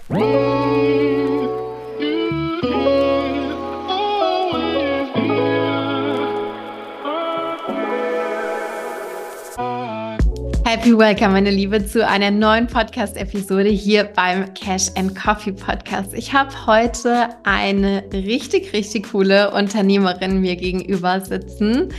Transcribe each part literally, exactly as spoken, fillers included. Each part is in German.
Happy Welcome, meine Liebe, zu einer neuen Podcast-Episode hier beim Cash and Coffee Podcast. Ich habe heute eine richtig, richtig coole Unternehmerin mir gegenüber sitzen.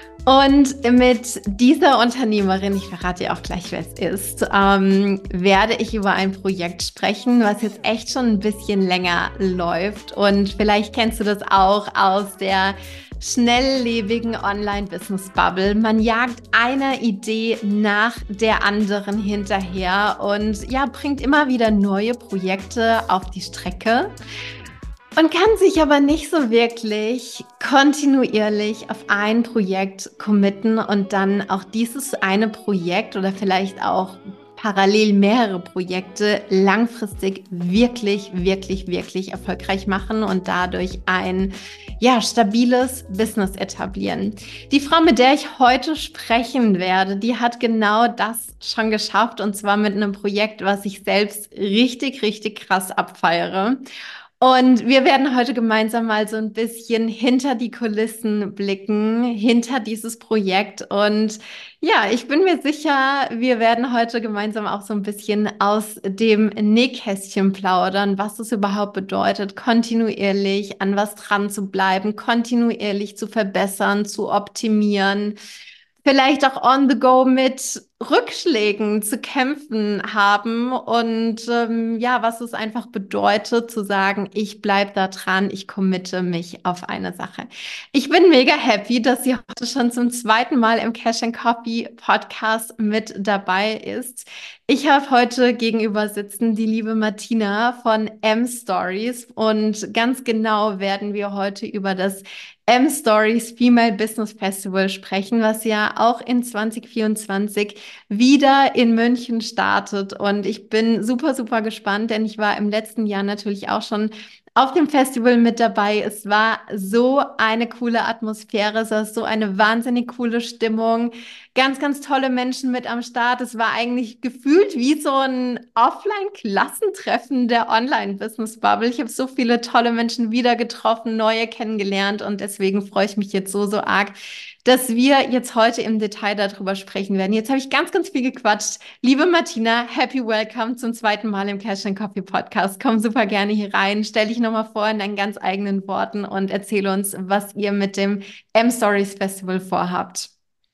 Und mit dieser Unternehmerin, ich verrate dir auch gleich, wer es ist, ähm, werde ich über ein Projekt sprechen, was jetzt echt schon ein bisschen länger läuft. Und vielleicht kennst du das auch aus der schnelllebigen Online-Business-Bubble. Man jagt einer Idee nach der anderen hinterher und ja, bringt immer wieder neue Projekte auf die Strecke und kann sich aber nicht so wirklich kontinuierlich auf ein Projekt committen und dann auch dieses eine Projekt oder vielleicht auch parallel mehrere Projekte langfristig wirklich, wirklich, wirklich erfolgreich machen und dadurch ein ja, stabiles Business etablieren. Die Frau, mit der ich heute sprechen werde, die hat genau das schon geschafft, und zwar mit einem Projekt, was ich selbst richtig, richtig krass abfeiere. Und wir werden heute gemeinsam mal so ein bisschen hinter die Kulissen blicken, hinter dieses Projekt. Und ja, ich bin mir sicher, wir werden heute gemeinsam auch so ein bisschen aus dem Nähkästchen plaudern, was es überhaupt bedeutet, kontinuierlich an was dran zu bleiben, kontinuierlich zu verbessern, zu optimieren. Vielleicht auch on the go mit Rückschlägen zu kämpfen haben und ähm, ja, was es einfach bedeutet zu sagen, ich bleibe da dran, ich committe mich auf eine Sache. Ich bin mega happy, dass sie heute schon zum zweiten Mal im Cash and Coffee Podcast mit dabei ist. Ich habe heute gegenüber sitzen die liebe Martina von M-Stories und ganz genau werden wir heute über das M-Stories Female Business Festival sprechen, was ja auch in zwanzig vierundzwanzig wieder in München startet. Und ich bin super, super gespannt, denn ich war im letzten Jahr natürlich auch schon auf dem Festival mit dabei. Es war so eine coole Atmosphäre, es war so eine wahnsinnig coole Stimmung. Ganz, ganz tolle Menschen mit am Start. Es war eigentlich gefühlt wie so ein Offline-Klassentreffen der Online-Business-Bubble. Ich habe so viele tolle Menschen wieder getroffen, neue kennengelernt und deswegen freue ich mich jetzt so, so arg, dass wir jetzt heute im Detail darüber sprechen werden. Jetzt habe ich ganz, ganz viel gequatscht. Liebe Martina, happy welcome zum zweiten Mal im Cash and Coffee Podcast. Komm super gerne hier rein. Stell dich nochmal vor in deinen ganz eigenen Worten und erzähl uns, was ihr mit dem M-Stories Festival vorhabt.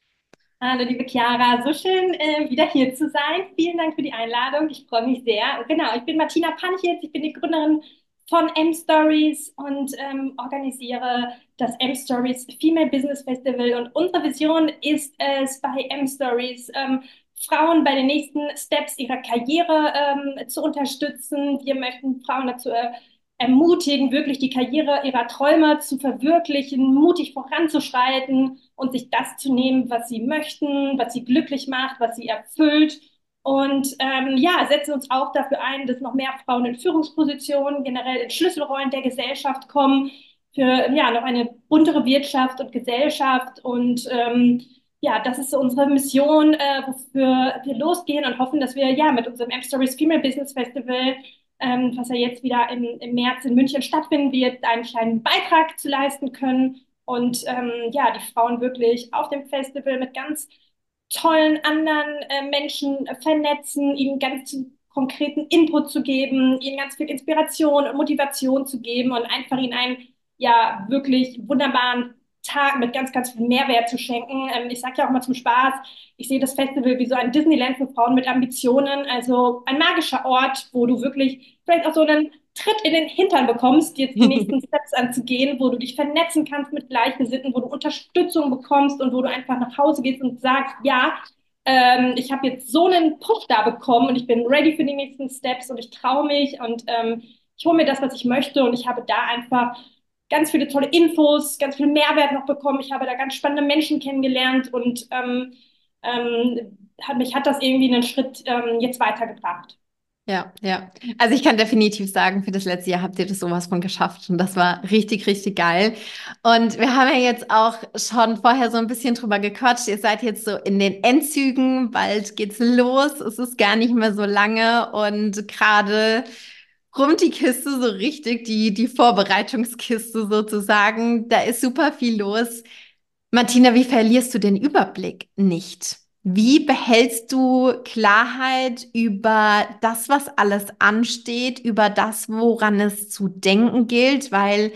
Hallo, liebe Chiara, so schön, äh, wieder hier zu sein. Vielen Dank für die Einladung. Ich freue mich sehr. Genau, ich bin Martina Panchitz, ich bin die Gründerin von M-Stories und ähm, organisiere das M-Stories Female Business Festival. Und unsere Vision ist es, bei M-Stories ähm, Frauen bei den nächsten Steps ihrer Karriere ähm, zu unterstützen. Wir möchten Frauen dazu äh, ermutigen, wirklich die Karriere ihrer Träume zu verwirklichen, mutig voranzuschreiten und sich das zu nehmen, was sie möchten, was sie glücklich macht, was sie erfüllt. Und ähm, ja, setzen uns auch dafür ein, dass noch mehr Frauen in Führungspositionen, generell in Schlüsselrollen der Gesellschaft kommen, für ja, noch eine buntere Wirtschaft und Gesellschaft. Und ähm, ja, das ist so unsere Mission, äh, wofür wir losgehen und hoffen, dass wir ja mit unserem M-Stories Female Business Festival, ähm, was ja jetzt wieder im, im März in München stattfinden wird, einen kleinen Beitrag zu leisten können und ähm, ja, die Frauen wirklich auf dem Festival mit ganz tollen anderen äh, Menschen vernetzen, ihnen ganz konkreten Input zu geben, ihnen ganz viel Inspiration und Motivation zu geben und einfach ihnen einen ja wirklich wunderbaren Tag mit ganz, ganz viel Mehrwert zu schenken. Ähm, ich sage ja auch mal zum Spaß, ich sehe das Festival wie so ein Disneyland für Frauen mit Ambitionen, also ein magischer Ort, wo du wirklich vielleicht auch so einen Tritt in den Hintern bekommst, jetzt die nächsten Steps anzugehen, wo du dich vernetzen kannst mit Gleichgesinnten, wo du Unterstützung bekommst und wo du einfach nach Hause gehst und sagst, ja, ähm, ich habe jetzt so einen Push da bekommen und ich bin ready für die nächsten Steps und ich traue mich und ähm, ich hole mir das, was ich möchte und ich habe da einfach ganz viele tolle Infos, ganz viel Mehrwert noch bekommen. Ich habe da ganz spannende Menschen kennengelernt und ähm, ähm, hat, mich hat das irgendwie einen Schritt ähm, jetzt weitergebracht. Ja, ja. Also ich kann definitiv sagen, für das letzte Jahr habt ihr das sowas von geschafft und das war richtig, richtig geil. Und wir haben ja jetzt auch schon vorher so ein bisschen drüber gequatscht. Ihr seid jetzt so in den Endzügen, bald geht's los. Es ist gar nicht mehr so lange und gerade rund die Kiste so richtig, die, die Vorbereitungskiste sozusagen. Da ist super viel los. Martina, wie verlierst du den Überblick nicht? Wie behältst du Klarheit über das, was alles ansteht, über das, woran es zu denken gilt? Weil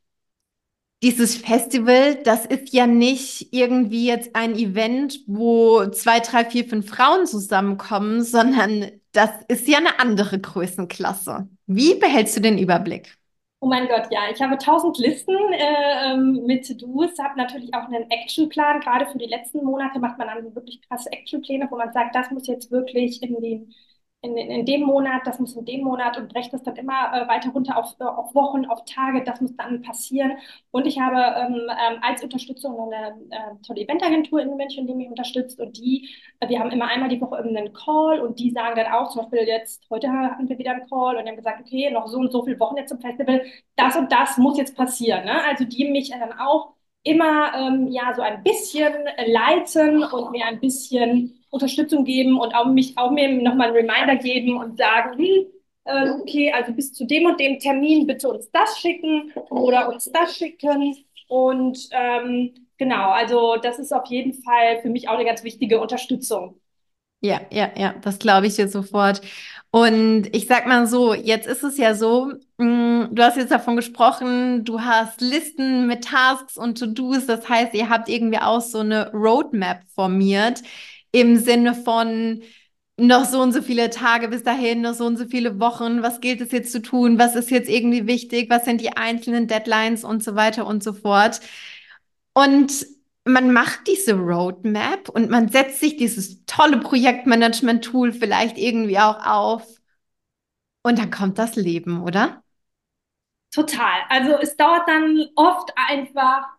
dieses Festival, das ist ja nicht irgendwie jetzt ein Event, wo zwei, drei, vier, fünf Frauen zusammenkommen, sondern das ist ja eine andere Größenklasse. Wie behältst du den Überblick? Oh mein Gott, ja, ich habe tausend Listen äh, ähm, mit To-Dos, habe natürlich auch einen Actionplan. Gerade für die letzten Monate macht man dann so wirklich krasse Actionpläne, wo man sagt, das muss jetzt wirklich in den, in, in, in dem Monat, das muss in dem Monat und brecht das dann immer äh, weiter runter auf, äh, auf Wochen, auf Tage, das muss dann passieren. Und ich habe ähm, ähm, als Unterstützung eine äh, tolle Eventagentur in München, die mich unterstützt und die, äh, wir haben immer einmal die Woche einen Call und die sagen dann auch, zum Beispiel jetzt, heute hatten wir wieder einen Call und die haben gesagt, okay, noch so und so viele Wochen jetzt zum Festival, das und das muss jetzt passieren. Ne? Also die mich dann auch immer ähm, ja so ein bisschen leiten und mir ein bisschen Unterstützung geben und auch mich auch mir nochmal einen Reminder geben und sagen, hm, äh, okay, also bis zu dem und dem Termin bitte uns das schicken oder uns das schicken. Und ähm, genau, also das ist auf jeden Fall für mich auch eine ganz wichtige Unterstützung. Ja, ja, ja, das glaube ich dir sofort. Und ich sag mal so, jetzt ist es ja so, mh, du hast jetzt davon gesprochen, du hast Listen mit Tasks und To-Dos. Das heißt, ihr habt irgendwie auch so eine Roadmap formiert im Sinne von noch so und so viele Tage bis dahin, noch so und so viele Wochen. Was gilt es jetzt zu tun? Was ist jetzt irgendwie wichtig? Was sind die einzelnen Deadlines und so weiter und so fort? Und man macht diese Roadmap und man setzt sich dieses tolle Projektmanagement-Tool vielleicht irgendwie auch auf und dann kommt das Leben, oder? Total. Also es dauert dann oft einfach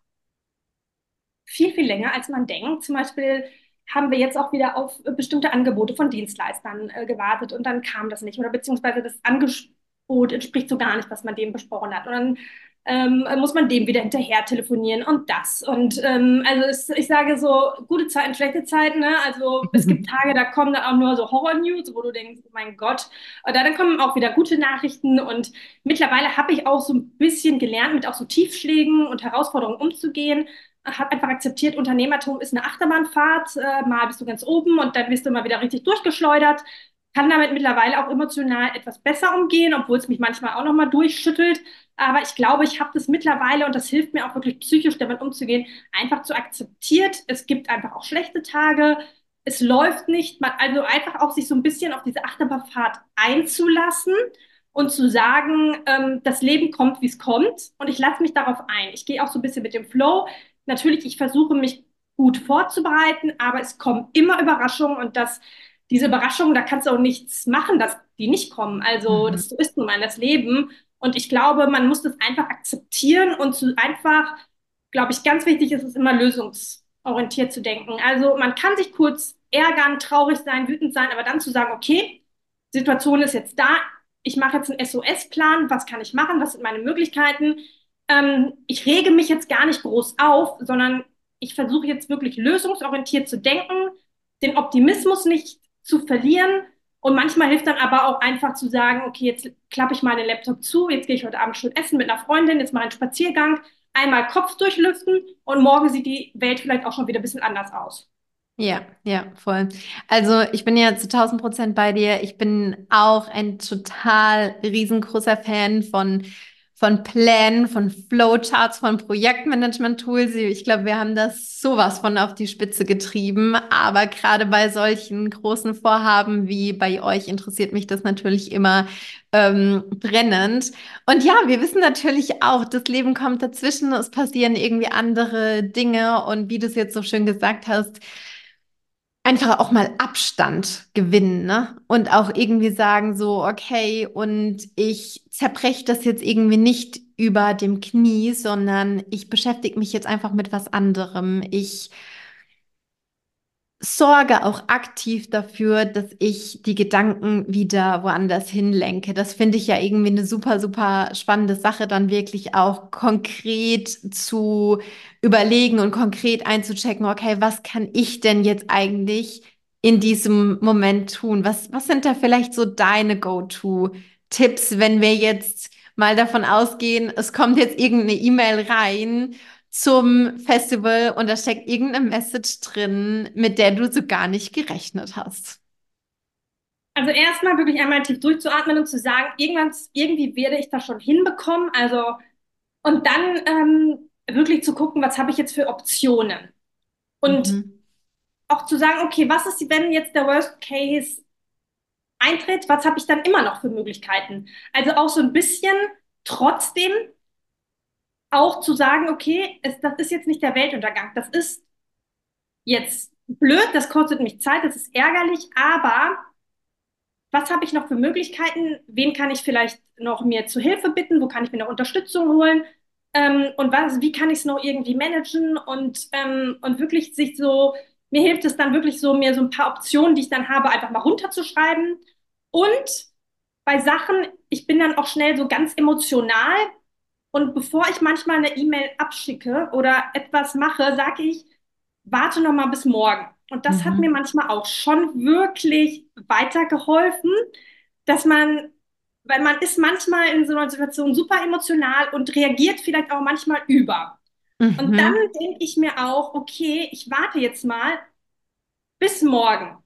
viel, viel länger, als man denkt. Zum Beispiel haben wir jetzt auch wieder auf bestimmte Angebote von Dienstleistern äh, gewartet und dann kam das nicht oder beziehungsweise das Angebot entspricht so gar nicht, was man dem besprochen hat. Und dann ähm, muss man dem wieder hinterher telefonieren und das. Und ähm, also es, ich sage so, gute Zeiten, schlechte Zeiten. Ne? Also es gibt Tage, da kommen dann auch nur so Horror-News, wo du denkst, oh mein Gott. Oder dann kommen auch wieder gute Nachrichten. Und mittlerweile habe ich auch so ein bisschen gelernt, mit auch so Tiefschlägen und Herausforderungen umzugehen, habe einfach akzeptiert, Unternehmertum ist eine Achterbahnfahrt. Äh, mal bist du ganz oben und dann wirst du mal wieder richtig durchgeschleudert. Kann damit mittlerweile auch emotional etwas besser umgehen, obwohl es mich manchmal auch noch mal durchschüttelt. Aber ich glaube, ich habe das mittlerweile und das hilft mir auch wirklich psychisch damit umzugehen, einfach zu akzeptiert. Es gibt einfach auch schlechte Tage. Es läuft nicht. Man, also einfach auch sich so ein bisschen auf diese Achterbahnfahrt einzulassen und zu sagen, ähm, das Leben kommt, wie es kommt und ich lasse mich darauf ein. Ich gehe auch so ein bisschen mit dem Flow. Natürlich, ich versuche mich gut vorzubereiten, aber es kommen immer Überraschungen und das, diese Überraschungen, da kannst du auch nichts machen, dass die nicht kommen. Also Mhm. das so ist nun mal das Leben und ich glaube, man muss das einfach akzeptieren und zu einfach, glaube ich, ganz wichtig ist es immer lösungsorientiert zu denken. Also man kann sich kurz ärgern, traurig sein, wütend sein, aber dann zu sagen, okay, Situation ist jetzt da, ich mache jetzt einen S O S-Plan, was kann ich machen, was sind meine Möglichkeiten, ähm, ich rege mich jetzt gar nicht groß auf, sondern ich versuche jetzt wirklich lösungsorientiert zu denken, den Optimismus nicht zu verlieren. Und manchmal hilft dann aber auch einfach zu sagen, okay, jetzt klappe ich mal den Laptop zu, jetzt gehe ich heute Abend schön essen mit einer Freundin, jetzt mache ich einen Spaziergang, einmal Kopf durchlüften und morgen sieht die Welt vielleicht auch schon wieder ein bisschen anders aus. Ja, ja, voll. Also ich bin ja zu tausend Prozent bei dir. Ich bin auch ein total riesengroßer Fan von, von Plänen, von Flowcharts, von Projektmanagement-Tools. Ich glaube, wir haben das sowas von auf die Spitze getrieben. Aber gerade bei solchen großen Vorhaben wie bei euch interessiert mich das natürlich immer ähm, brennend. Und ja, wir wissen natürlich auch, das Leben kommt dazwischen. Es passieren irgendwie andere Dinge. Und wie du es jetzt so schön gesagt hast, einfach auch mal Abstand gewinnen, ne? Und auch irgendwie sagen so, okay, und ich zerbreche das jetzt irgendwie nicht über dem Knie, sondern ich beschäftige mich jetzt einfach mit was anderem. Ich sorge auch aktiv dafür, dass ich die Gedanken wieder woanders hinlenke. Das finde ich ja irgendwie eine super, super spannende Sache, dann wirklich auch konkret zu überlegen und konkret einzuchecken, okay, was kann ich denn jetzt eigentlich in diesem Moment tun? Was, was sind da vielleicht so deine Go-To Tipps, wenn wir jetzt mal davon ausgehen, es kommt jetzt irgendeine E-Mail rein zum Festival und da steckt irgendeine Message drin, mit der du so gar nicht gerechnet hast? Also erstmal wirklich einmal tief durchzuatmen und zu sagen, irgendwann, irgendwie werde ich das schon hinbekommen. Also, und dann ähm, wirklich zu gucken, was habe ich jetzt für Optionen? Und Mhm. auch zu sagen, okay, was ist, wenn jetzt der Worst Case eintritt, was habe ich dann immer noch für Möglichkeiten? Also auch so ein bisschen trotzdem auch zu sagen, okay, es, das ist jetzt nicht der Weltuntergang. Das ist jetzt blöd, das kostet mich Zeit, das ist ärgerlich, aber was habe ich noch für Möglichkeiten? Wen kann ich vielleicht noch mir zu Hilfe bitten? Wo kann ich mir noch Unterstützung holen? Ähm, und was, wie kann ich es noch irgendwie managen? Und, ähm, und wirklich sich so, mir hilft es dann wirklich so, mir so ein paar Optionen, die ich dann habe, einfach mal runterzuschreiben. Und bei Sachen, ich bin dann auch schnell so ganz emotional. Und bevor ich manchmal eine E-Mail abschicke oder etwas mache, sage ich, warte noch mal bis morgen. Und das hat mir Mhm. manchmal auch schon wirklich weitergeholfen, dass man, weil man ist manchmal in so einer Situation super emotional und reagiert vielleicht auch manchmal über. Und dann Mhm. denke ich mir auch, okay, ich warte jetzt mal bis morgen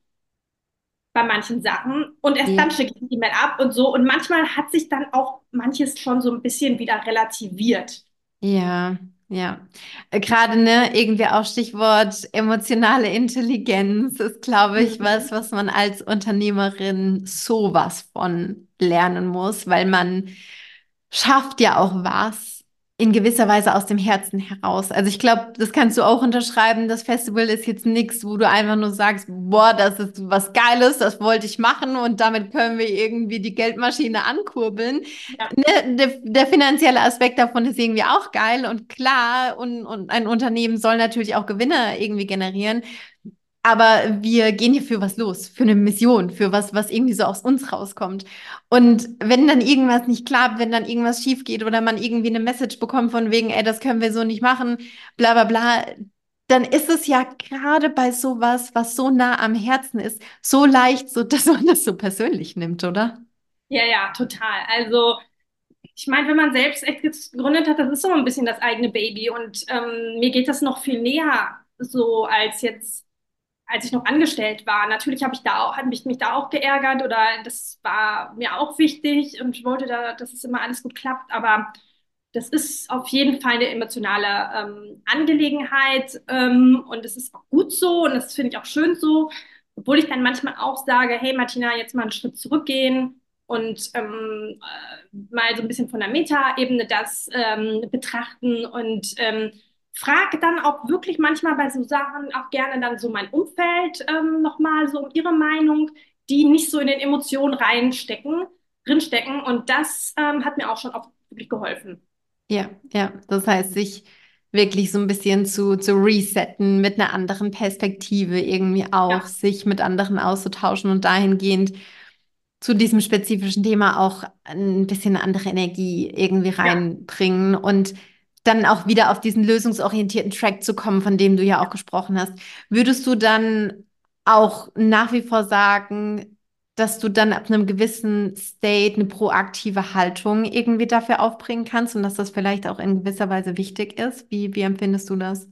bei manchen Sachen und erst dann Ja. schicke ich die E-Mail ab und so. Und manchmal hat sich dann auch manches schon so ein bisschen wieder relativiert. Ja, ja. Äh, Gerade, ne, irgendwie auch Stichwort emotionale Intelligenz ist, glaube ich, was, Mhm. was man als Unternehmerin sowas von lernen muss, weil man schafft ja auch was in gewisser Weise aus dem Herzen heraus. Also ich glaube, das kannst du auch unterschreiben. Das Festival ist jetzt nichts, wo du einfach nur sagst, boah, das ist was Geiles, das wollte ich machen und damit können wir irgendwie die Geldmaschine ankurbeln. Ja. Ne, der, der finanzielle Aspekt davon ist irgendwie auch geil und klar, und, und ein Unternehmen soll natürlich auch Gewinne irgendwie generieren. Aber wir gehen hier für was los, für eine Mission, für was, was irgendwie so aus uns rauskommt. Und wenn dann irgendwas nicht klappt, wenn dann irgendwas schief geht oder man irgendwie eine Message bekommt von wegen, ey, das können wir so nicht machen, bla bla bla, dann ist es ja gerade bei sowas, was so nah am Herzen ist, so leicht, so dass man das so persönlich nimmt, oder? Ja, ja, total. Also, ich meine, wenn man selbst echt gegründet hat, das ist so ein bisschen das eigene Baby. Und ähm, mir geht das noch viel näher so als jetzt, als ich noch angestellt war. Natürlich habe ich da auch, hat mich, mich da auch geärgert oder das war mir auch wichtig und ich wollte da, dass es immer alles gut klappt. Aber das ist auf jeden Fall eine emotionale ähm, Angelegenheit ähm, und es ist auch gut so und das finde ich auch schön so. Obwohl ich dann manchmal auch sage, hey Martina, jetzt mal einen Schritt zurückgehen und ähm, äh, mal so ein bisschen von der Metaebene das ähm, betrachten und ähm, frage dann auch wirklich manchmal bei so Sachen auch gerne dann so mein Umfeld ähm, nochmal so um ihre Meinung, die nicht so in den Emotionen reinstecken, drinstecken und das ähm, hat mir auch schon oft wirklich geholfen. Ja, ja. Das heißt, sich wirklich so ein bisschen zu, zu resetten mit einer anderen Perspektive irgendwie auch, Ja, sich mit anderen auszutauschen und dahingehend zu diesem spezifischen Thema auch ein bisschen andere Energie irgendwie ja. reinbringen und dann auch wieder auf diesen lösungsorientierten Track zu kommen, von dem du ja auch gesprochen hast. Würdest du dann auch nach wie vor sagen, dass du dann ab einem gewissen State eine proaktive Haltung irgendwie dafür aufbringen kannst und dass das vielleicht auch in gewisser Weise wichtig ist? Wie, wie empfindest du das?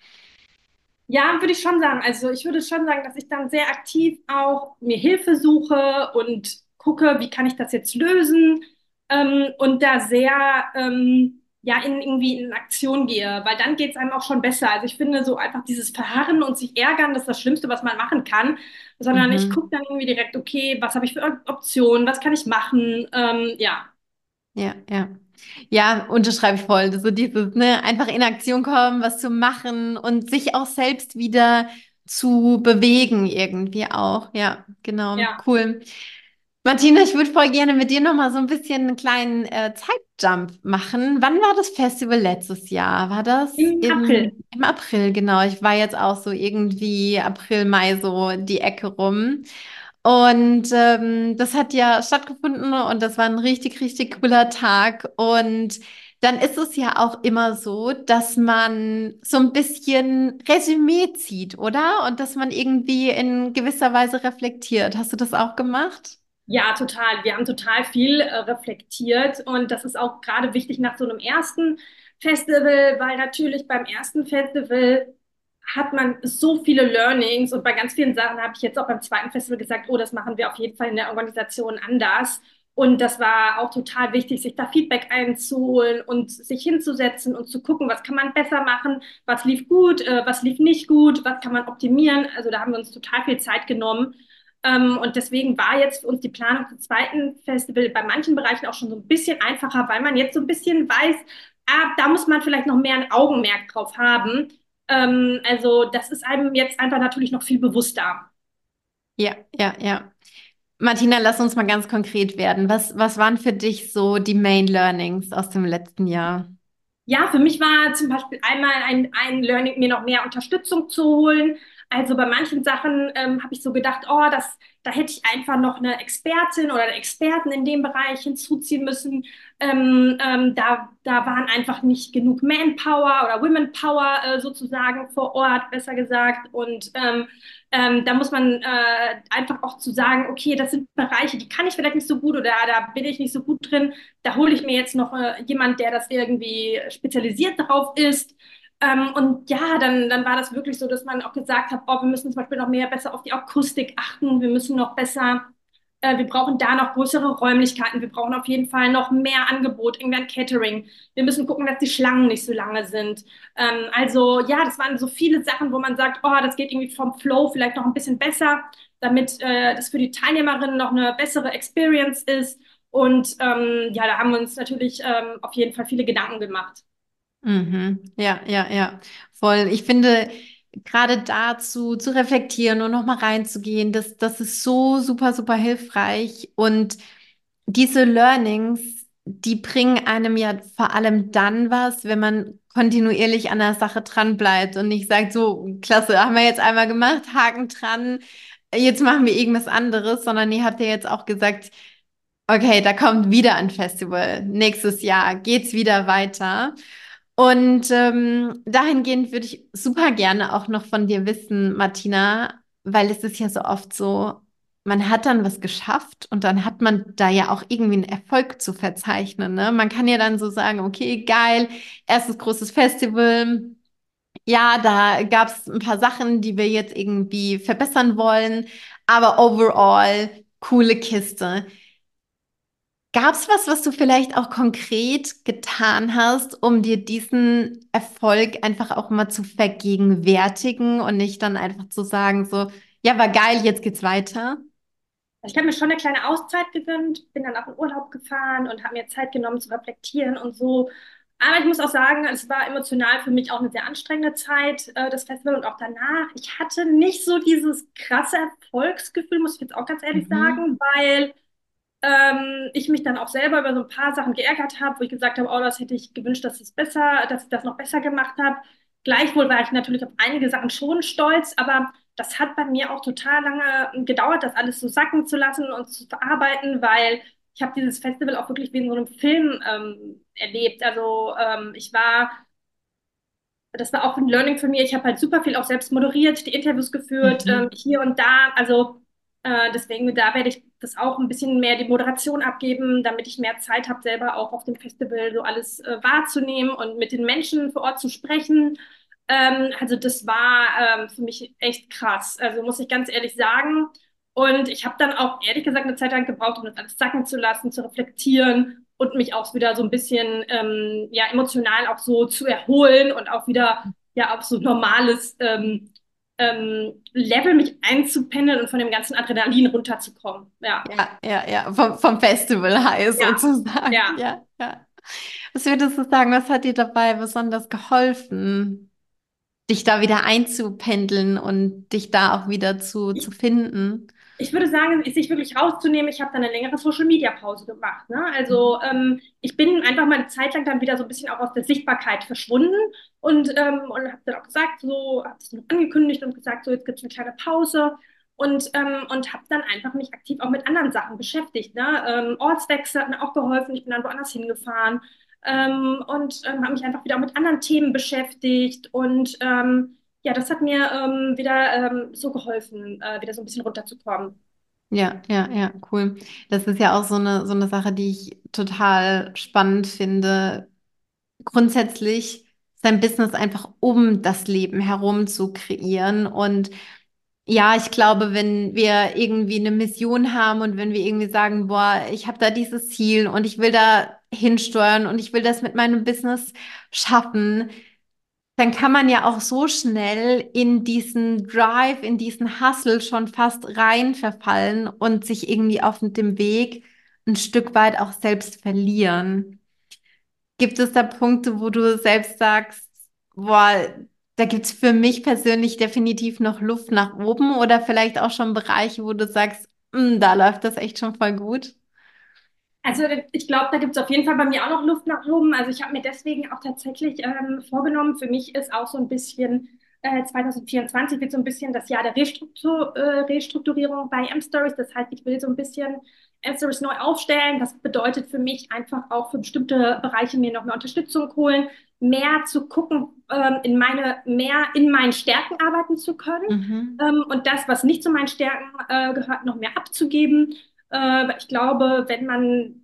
Ja, würde ich schon sagen. Also ich würde schon sagen, dass ich dann sehr aktiv auch mir Hilfe suche und gucke, wie kann ich das jetzt lösen ähm, und da sehr ähm, ja in irgendwie in Aktion gehe, weil dann geht es einem auch schon besser. Also ich finde so einfach dieses Verharren und sich ärgern, das ist das Schlimmste, was man machen kann, sondern ich Mhm. gucke dann irgendwie direkt, okay, was habe ich für Optionen, was kann ich machen? Ähm, ja, Ja, ja. Ja, unterschreibe ich voll. So dieses, ne, einfach in Aktion kommen, was zu machen und sich auch selbst wieder zu bewegen irgendwie auch. Ja, genau. ja. Cool. Martina, ich würde voll gerne mit dir nochmal so ein bisschen einen kleinen äh, Zeitjump machen. Wann war das Festival letztes Jahr? War das Im im, April. im April? Genau. Ich war jetzt auch so irgendwie April, Mai so die Ecke rum. Und ähm, das hat ja stattgefunden und das war ein richtig, richtig cooler Tag. Und dann ist es ja auch immer so, dass man so ein bisschen Resümee zieht, oder? Und dass man irgendwie in gewisser Weise reflektiert. Hast du das auch gemacht? Ja, total. Wir haben total viel äh, reflektiert und das ist auch gerade wichtig nach so einem ersten Festival, weil natürlich beim ersten Festival hat man so viele Learnings und bei ganz vielen Sachen habe ich jetzt auch beim zweiten Festival gesagt, oh, das machen wir auf jeden Fall in der Organisation anders. Und das war auch total wichtig, sich da Feedback einzuholen und sich hinzusetzen und zu gucken, was kann man besser machen, was lief gut, äh, was lief nicht gut, was kann man optimieren. Also da haben wir uns total viel Zeit genommen. Ähm, und deswegen war jetzt für uns die Planung zum zweiten Festival bei manchen Bereichen auch schon so ein bisschen einfacher, weil man jetzt so ein bisschen weiß, ah, da muss man vielleicht noch mehr ein Augenmerk drauf haben. Ähm, also das ist einem jetzt einfach natürlich noch viel bewusster. Ja, ja, ja. Martina, lass uns mal ganz konkret werden. Was, was waren für dich so die Main Learnings aus dem letzten Jahr? Ja, für mich war zum Beispiel einmal ein, ein Learning, mir noch mehr Unterstützung zu holen. Also bei manchen Sachen ähm, habe ich so gedacht, oh, das, da hätte ich einfach noch eine Expertin oder einen Experten in dem Bereich hinzuziehen müssen. Ähm, ähm, da, da waren einfach nicht genug Manpower oder Womenpower äh, sozusagen vor Ort, besser gesagt. Und ähm, ähm, da muss man äh, einfach auch zu sagen, okay, das sind Bereiche, die kann ich vielleicht nicht so gut oder da bin ich nicht so gut drin. Da hole ich mir jetzt noch äh, jemand, der das irgendwie spezialisiert darauf ist. Ähm, und ja, dann, dann war das wirklich so, dass man auch gesagt hat, oh, wir müssen zum Beispiel noch mehr besser auf die Akustik achten, wir müssen noch besser, äh, wir brauchen da noch größere Räumlichkeiten, wir brauchen auf jeden Fall noch mehr Angebot, irgendwann Catering. Wir müssen gucken, dass die Schlangen nicht so lange sind. Ähm, also ja, das waren so viele Sachen, wo man sagt, oh, das geht irgendwie vom Flow vielleicht noch ein bisschen besser, damit äh, das für die Teilnehmerinnen noch eine bessere Experience ist. Und ähm, ja, da haben wir uns natürlich ähm, auf jeden Fall viele Gedanken gemacht. Mhm. Ja, ja, ja, voll. Ich finde, gerade dazu zu reflektieren und nochmal reinzugehen, das, das ist so super, super hilfreich. Und diese Learnings, die bringen einem ja vor allem dann was, wenn man kontinuierlich an der Sache dran bleibt und nicht sagt, so, klasse, haben wir jetzt einmal gemacht, Haken dran, jetzt machen wir irgendwas anderes, sondern ihr habt ja jetzt auch gesagt, okay, da kommt wieder ein Festival. Nächstes Jahr geht's wieder weiter. Und ähm, dahingehend würde ich super gerne auch noch von dir wissen, Martina, weil es ist ja so oft so, man hat dann was geschafft und dann hat man da ja auch irgendwie einen Erfolg zu verzeichnen, ne? Man kann ja dann so sagen, okay, geil, erstes großes Festival. Ja, da gab es ein paar Sachen, die wir jetzt irgendwie verbessern wollen, aber overall coole Kiste. Gab es was, was du vielleicht auch konkret getan hast, um dir diesen Erfolg einfach auch mal zu vergegenwärtigen und nicht dann einfach zu sagen, so, ja, war geil, jetzt geht's weiter? Ich habe mir schon eine kleine Auszeit gegönnt, bin dann auch in Urlaub gefahren und habe mir Zeit genommen zu reflektieren und so. Aber ich muss auch sagen, es war emotional für mich auch eine sehr anstrengende Zeit, äh, das Festival und auch danach. Ich hatte nicht so dieses krasse Erfolgsgefühl, muss ich jetzt auch ganz ehrlich Mhm. sagen, weil ähm, ich mich dann auch selber über so ein paar Sachen geärgert habe, wo ich gesagt habe, oh, das hätte ich gewünscht, dass es besser, dass ich das noch besser gemacht habe. Gleichwohl war ich natürlich auf einige Sachen schon stolz, aber das hat bei mir auch total lange gedauert, das alles so sacken zu lassen und zu verarbeiten, weil ich habe dieses Festival auch wirklich wie in so einem Film ähm, erlebt. Also ähm, ich war das war auch ein Learning für mich. Ich habe halt super viel auch selbst moderiert, die Interviews geführt, ähm, Mhm. hier und da. Also äh, deswegen, da werde ich das auch ein bisschen mehr die Moderation abgeben, damit ich mehr Zeit habe, selber auch auf dem Festival so alles äh, wahrzunehmen und mit den Menschen vor Ort zu sprechen. Ähm, also das war ähm, für mich echt krass. Also muss ich ganz ehrlich sagen. Und ich habe dann auch ehrlich gesagt eine Zeit lang gebraucht, um das alles sacken zu lassen, zu reflektieren und mich auch wieder so ein bisschen ähm, ja emotional auch so zu erholen und auch wieder ja auf so normales ähm, ähm, Level mich einzupendeln und von dem ganzen Adrenalin runterzukommen. Ja, Ja, ja, ja, vom, vom Festival High ja, sozusagen. ja. Ja, ja. Was würdest du sagen, was hat dir dabei besonders geholfen, dich da wieder einzupendeln und dich da auch wieder zu, zu finden? Ich würde sagen, sich wirklich rauszunehmen. Ich habe dann eine längere Social-Media-Pause gemacht. Ne? Also ähm, ich bin einfach mal eine Zeit lang dann wieder so ein bisschen auch aus der Sichtbarkeit verschwunden und, ähm, und habe dann auch gesagt, so habe es noch angekündigt und gesagt, so jetzt gibt es eine kleine Pause und, ähm, und habe dann einfach mich aktiv auch mit anderen Sachen beschäftigt. Ne? Ähm, Ortswechsel hat mir auch geholfen. Ich bin dann woanders hingefahren ähm, und ähm, habe mich einfach wieder auch mit anderen Themen beschäftigt und ähm, ja, das hat mir ähm, wieder ähm, so geholfen, äh, wieder so ein bisschen runterzukommen. Ja, ja, ja, cool. Das ist ja auch so eine, so eine Sache, die ich total spannend finde. Grundsätzlich sein Business einfach um das Leben herum zu kreieren. Und ja, ich glaube, wenn wir irgendwie eine Mission haben und wenn wir irgendwie sagen, boah, ich habe da dieses Ziel und ich will da hinsteuern und ich will das mit meinem Business schaffen, dann kann man ja auch so schnell in diesen Drive, in diesen Hustle schon fast rein verfallen und sich irgendwie auf dem Weg ein Stück weit auch selbst verlieren. Gibt es da Punkte, wo du selbst sagst, boah, da gibt es für mich persönlich definitiv noch Luft nach oben oder vielleicht auch schon Bereiche, wo du sagst, "Mm, da läuft das echt schon voll gut." Also ich glaube, da gibt es auf jeden Fall bei mir auch noch Luft nach oben. Also ich habe mir deswegen auch tatsächlich ähm, vorgenommen, für mich ist auch so ein bisschen äh, zwanzig vierundzwanzig wird so ein bisschen das Jahr der Restruktur, äh, Restrukturierung bei M-Stories. Das heißt, ich will so ein bisschen M-Stories neu aufstellen. Das bedeutet für mich einfach auch für bestimmte Bereiche mir noch mehr Unterstützung holen, mehr zu gucken, ähm, in meine, mehr in meinen Stärken arbeiten zu können. Mhm. Ähm, und das, was nicht zu meinen Stärken äh, gehört, noch mehr abzugeben. Äh, ich glaube, wenn man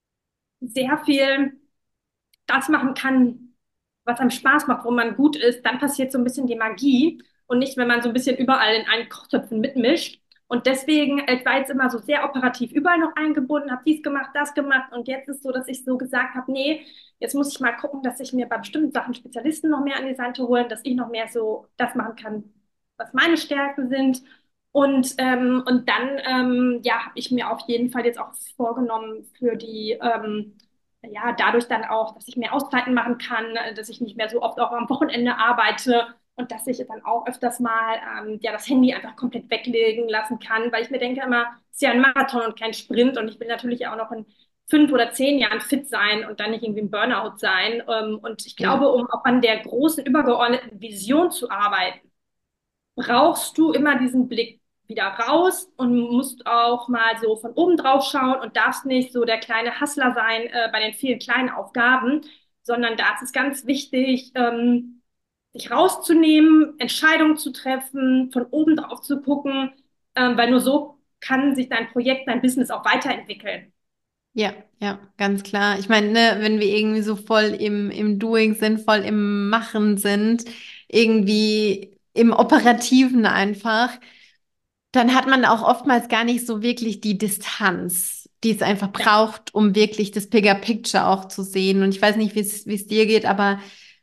sehr viel das machen kann, was einem Spaß macht, wo man gut ist, dann passiert so ein bisschen die Magie und nicht, wenn man so ein bisschen überall in allen Kochtöpfen mitmischt. Und deswegen, äh, ich war jetzt immer so sehr operativ überall noch eingebunden, habe dies gemacht, das gemacht und jetzt ist so, dass ich so gesagt habe, nee, jetzt muss ich mal gucken, dass ich mir bei bestimmten Sachen Spezialisten noch mehr an die Seite holen, dass ich noch mehr so das machen kann, was meine Stärken sind. Und, ähm, und dann ähm, ja, habe ich mir auf jeden Fall jetzt auch vorgenommen für die ähm, ja, dadurch dann auch, dass ich mehr Auszeiten machen kann, dass ich nicht mehr so oft auch am Wochenende arbeite und dass ich dann auch öfters mal ähm, ja, das Handy einfach komplett weglegen lassen kann, weil ich mir denke immer, es ist ja ein Marathon und kein Sprint und ich will natürlich auch noch in fünf oder zehn Jahren fit sein und dann nicht irgendwie im Burnout sein. Ähm, und ich Ja. glaube, um auch an der großen übergeordneten Vision zu arbeiten, brauchst du immer diesen Blick wieder raus und musst auch mal so von oben drauf schauen und darfst nicht so der kleine Hustler sein äh, bei den vielen kleinen Aufgaben, sondern da ist es ganz wichtig, ähm, sich rauszunehmen, Entscheidungen zu treffen, von oben drauf zu gucken, ähm, weil nur so kann sich dein Projekt, dein Business auch weiterentwickeln. Ja, ja, ganz klar. Ich meine, ne, wenn wir irgendwie so voll im, im Doing sind, voll im Machen sind, irgendwie im Operativen einfach, dann hat man auch oftmals gar nicht so wirklich die Distanz, die es einfach Ja. braucht, um wirklich das Bigger Picture auch zu sehen. Und ich weiß nicht, wie es, wie es dir geht, aber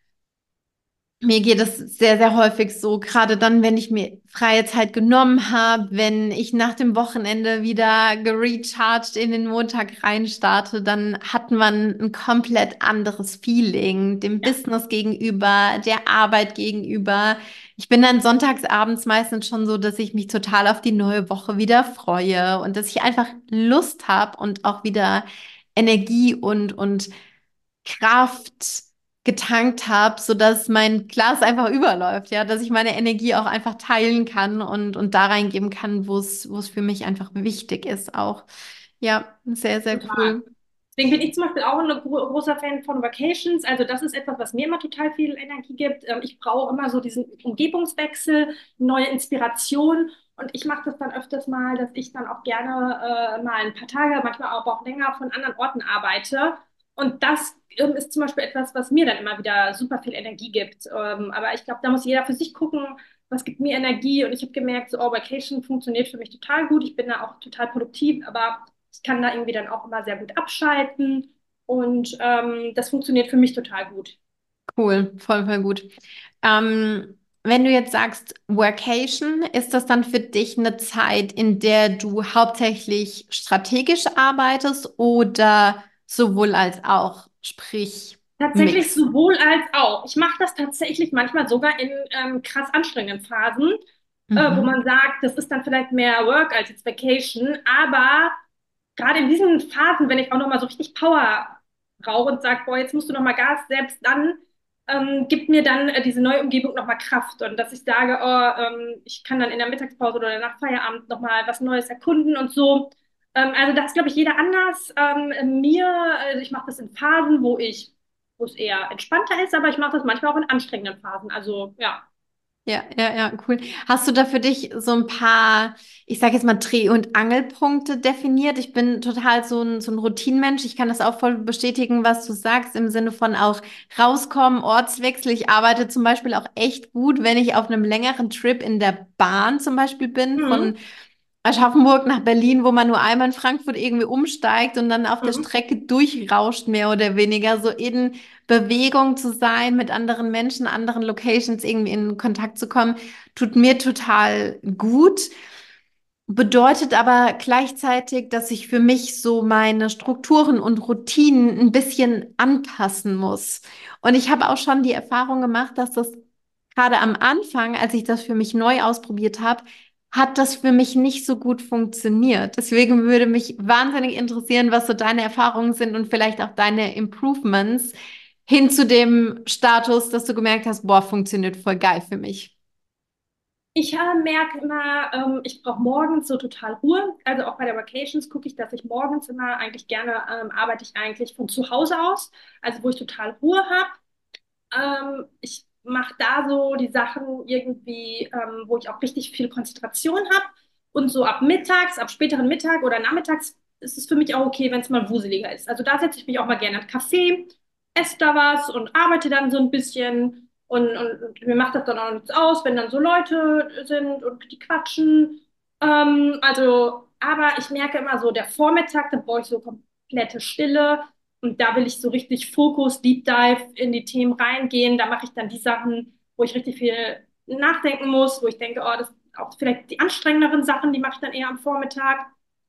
mir geht es sehr, sehr häufig so, gerade dann, wenn ich mir freie Zeit genommen habe, wenn ich nach dem Wochenende wieder gerecharged in den Montag reinstarte, dann hat man ein komplett anderes Feeling dem Ja. Business gegenüber, der Arbeit gegenüber. Ich bin dann sonntags abends meistens schon so, dass ich mich total auf die neue Woche wieder freue und dass ich einfach Lust habe und auch wieder Energie und, und Kraft getankt habe, sodass mein Glas einfach überläuft, ja, dass ich meine Energie auch einfach teilen kann und, und da reingeben kann, wo es, wo es für mich einfach wichtig ist auch. Ja, sehr, sehr Total. cool. Deswegen bin ich zum Beispiel auch ein gro großer Fan von Vacations. Also das ist etwas, was mir immer total viel Energie gibt. Ähm, ich brauche immer so diesen Umgebungswechsel, neue Inspiration. Und ich mache das dann öfters mal, dass ich dann auch gerne äh, mal ein paar Tage, manchmal auch, auch länger von anderen Orten arbeite. Und das ähm, ist zum Beispiel etwas, was mir dann immer wieder super viel Energie gibt. Ähm, aber ich glaube, da muss jeder für sich gucken, was gibt mir Energie. Und ich habe gemerkt, so, oh, Vacation funktioniert für mich total gut. Ich bin da auch total produktiv, aber ich kann da irgendwie dann auch immer sehr gut abschalten und ähm, das funktioniert für mich total gut. Cool, voll, voll gut. Ähm, wenn du jetzt sagst Workation, ist das dann für dich eine Zeit, in der du hauptsächlich strategisch arbeitest oder sowohl als auch, sprich Tatsächlich Mix? sowohl als auch. Ich mache das tatsächlich manchmal sogar in ähm, krass anstrengenden Phasen, äh, wo man Mhm. sagt, das ist dann vielleicht mehr Work als jetzt Vacation, aber gerade in diesen Phasen, wenn ich auch nochmal so richtig Power brauche und sage, boah, jetzt musst du nochmal Gas, selbst dann ähm, gibt mir dann äh, diese neue Umgebung nochmal Kraft und dass ich sage, oh, ähm, ich kann dann in der Mittagspause oder nach Feierabend nochmal was Neues erkunden und so. Ähm, also das glaube ich jeder anders. Ähm, mir, äh, ich mache das in Phasen, wo ich, wo es eher entspannter ist, aber ich mache das manchmal auch in anstrengenden Phasen. Also ja. Ja, ja, ja, cool. Hast du da für dich so ein paar, ich sage jetzt mal, Dreh- und Angelpunkte definiert? Ich bin total so ein, so ein Routinenmensch. Ich kann das auch voll bestätigen, was du sagst, im Sinne von auch rauskommen, Ortswechsel. Ich arbeite zum Beispiel auch echt gut, wenn ich auf einem längeren Trip in der Bahn zum Beispiel bin, Mhm. von Aschaffenburg nach Berlin, wo man nur einmal in Frankfurt irgendwie umsteigt und dann auf der Mhm. Strecke durchrauscht, mehr oder weniger, so in Bewegung zu sein, mit anderen Menschen, anderen Locations irgendwie in Kontakt zu kommen, tut mir total gut. Bedeutet aber gleichzeitig, dass ich für mich so meine Strukturen und Routinen ein bisschen anpassen muss. Und ich habe auch schon die Erfahrung gemacht, dass das gerade am Anfang, als ich das für mich neu ausprobiert habe, hat das für mich nicht so gut funktioniert. Deswegen würde mich wahnsinnig interessieren, was so deine Erfahrungen sind und vielleicht auch deine Improvements hin zu dem Status, dass du gemerkt hast, boah, funktioniert voll geil für mich. Ich äh, merke immer, ähm, ich brauche morgens so total Ruhe. Also auch bei der Vacations gucke ich, dass ich morgens immer eigentlich gerne ähm, arbeite ich eigentlich von zu Hause aus, also wo ich total Ruhe habe. Ähm, ich mache da so die Sachen irgendwie, ähm, wo ich auch richtig viel Konzentration habe. Und so ab mittags, ab späteren Mittag oder nachmittags ist es für mich auch okay, wenn es mal wuseliger ist. Also da setze ich mich auch mal gerne an den Kaffee, esse da was und arbeite dann so ein bisschen. Und, und, und mir macht das dann auch nichts aus, wenn dann so Leute sind und die quatschen. Ähm, also, aber ich merke immer so, der Vormittag, da brauche ich so komplette Stille. Und da will ich so richtig Fokus, Deep Dive in die Themen reingehen. Da mache ich dann die Sachen, wo ich richtig viel nachdenken muss, wo ich denke, oh, das sind auch vielleicht die anstrengenderen Sachen, die mache ich dann eher am Vormittag.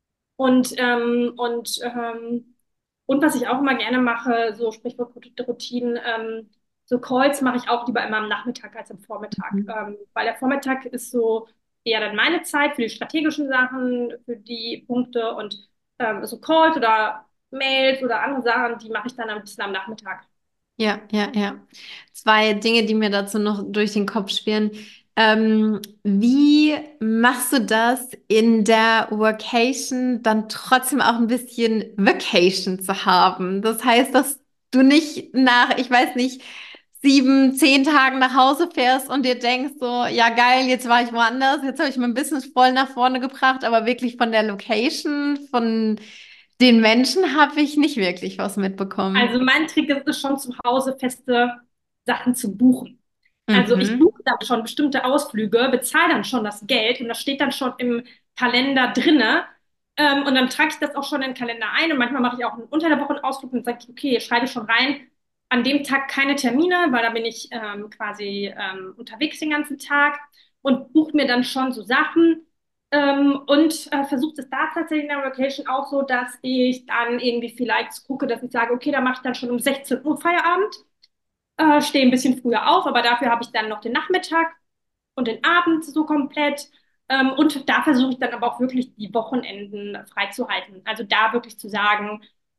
Und, ähm, und, ähm, und was ich auch immer gerne mache, so Sprichwort Routinen, ähm, so Calls mache ich auch lieber immer am Nachmittag als am Vormittag. Mhm. Ähm, weil der Vormittag ist so eher dann meine Zeit für die strategischen Sachen, für die Punkte und ähm, so Calls oder Mails oder andere Sachen, die mache ich dann ein bisschen am Nachmittag. Ja, ja, ja. Zwei Dinge, die mir dazu noch durch den Kopf schwirren. Ähm, wie machst du das in der Workation dann trotzdem auch ein bisschen Vacation zu haben? Das heißt, dass du nicht nach, ich weiß nicht, sieben, zehn Tagen nach Hause fährst und dir denkst so, ja geil, jetzt war ich woanders, jetzt habe ich mein Business voll nach vorne gebracht, aber wirklich von der Location, von den Menschen habe ich nicht wirklich was mitbekommen. Also mein Trick ist es schon zu Hause feste Sachen zu buchen. Also ich Mhm. buche dann schon bestimmte Ausflüge, bezahle dann schon das Geld und das steht dann schon im Kalender drinne. Ähm, und dann trage ich das auch schon in den Kalender ein. Und manchmal mache ich auch einen unter der Woche einen Ausflug und sage ich, okay, schreibe ich schon rein. An dem Tag keine Termine, weil da bin ich ähm, quasi ähm, unterwegs den ganzen Tag und buche mir dann schon so Sachen. Ähm, und äh, versuche es da tatsächlich in der Location auch so, dass ich dann irgendwie vielleicht gucke, dass ich sage, okay, da mache ich dann schon um sechzehn Uhr Feierabend, äh, stehe ein bisschen früher auf, aber dafür habe ich dann noch den Nachmittag und den Abend so komplett. Ähm, und da versuche ich dann aber auch wirklich die Wochenenden freizuhalten. Also da wirklich zu sagen,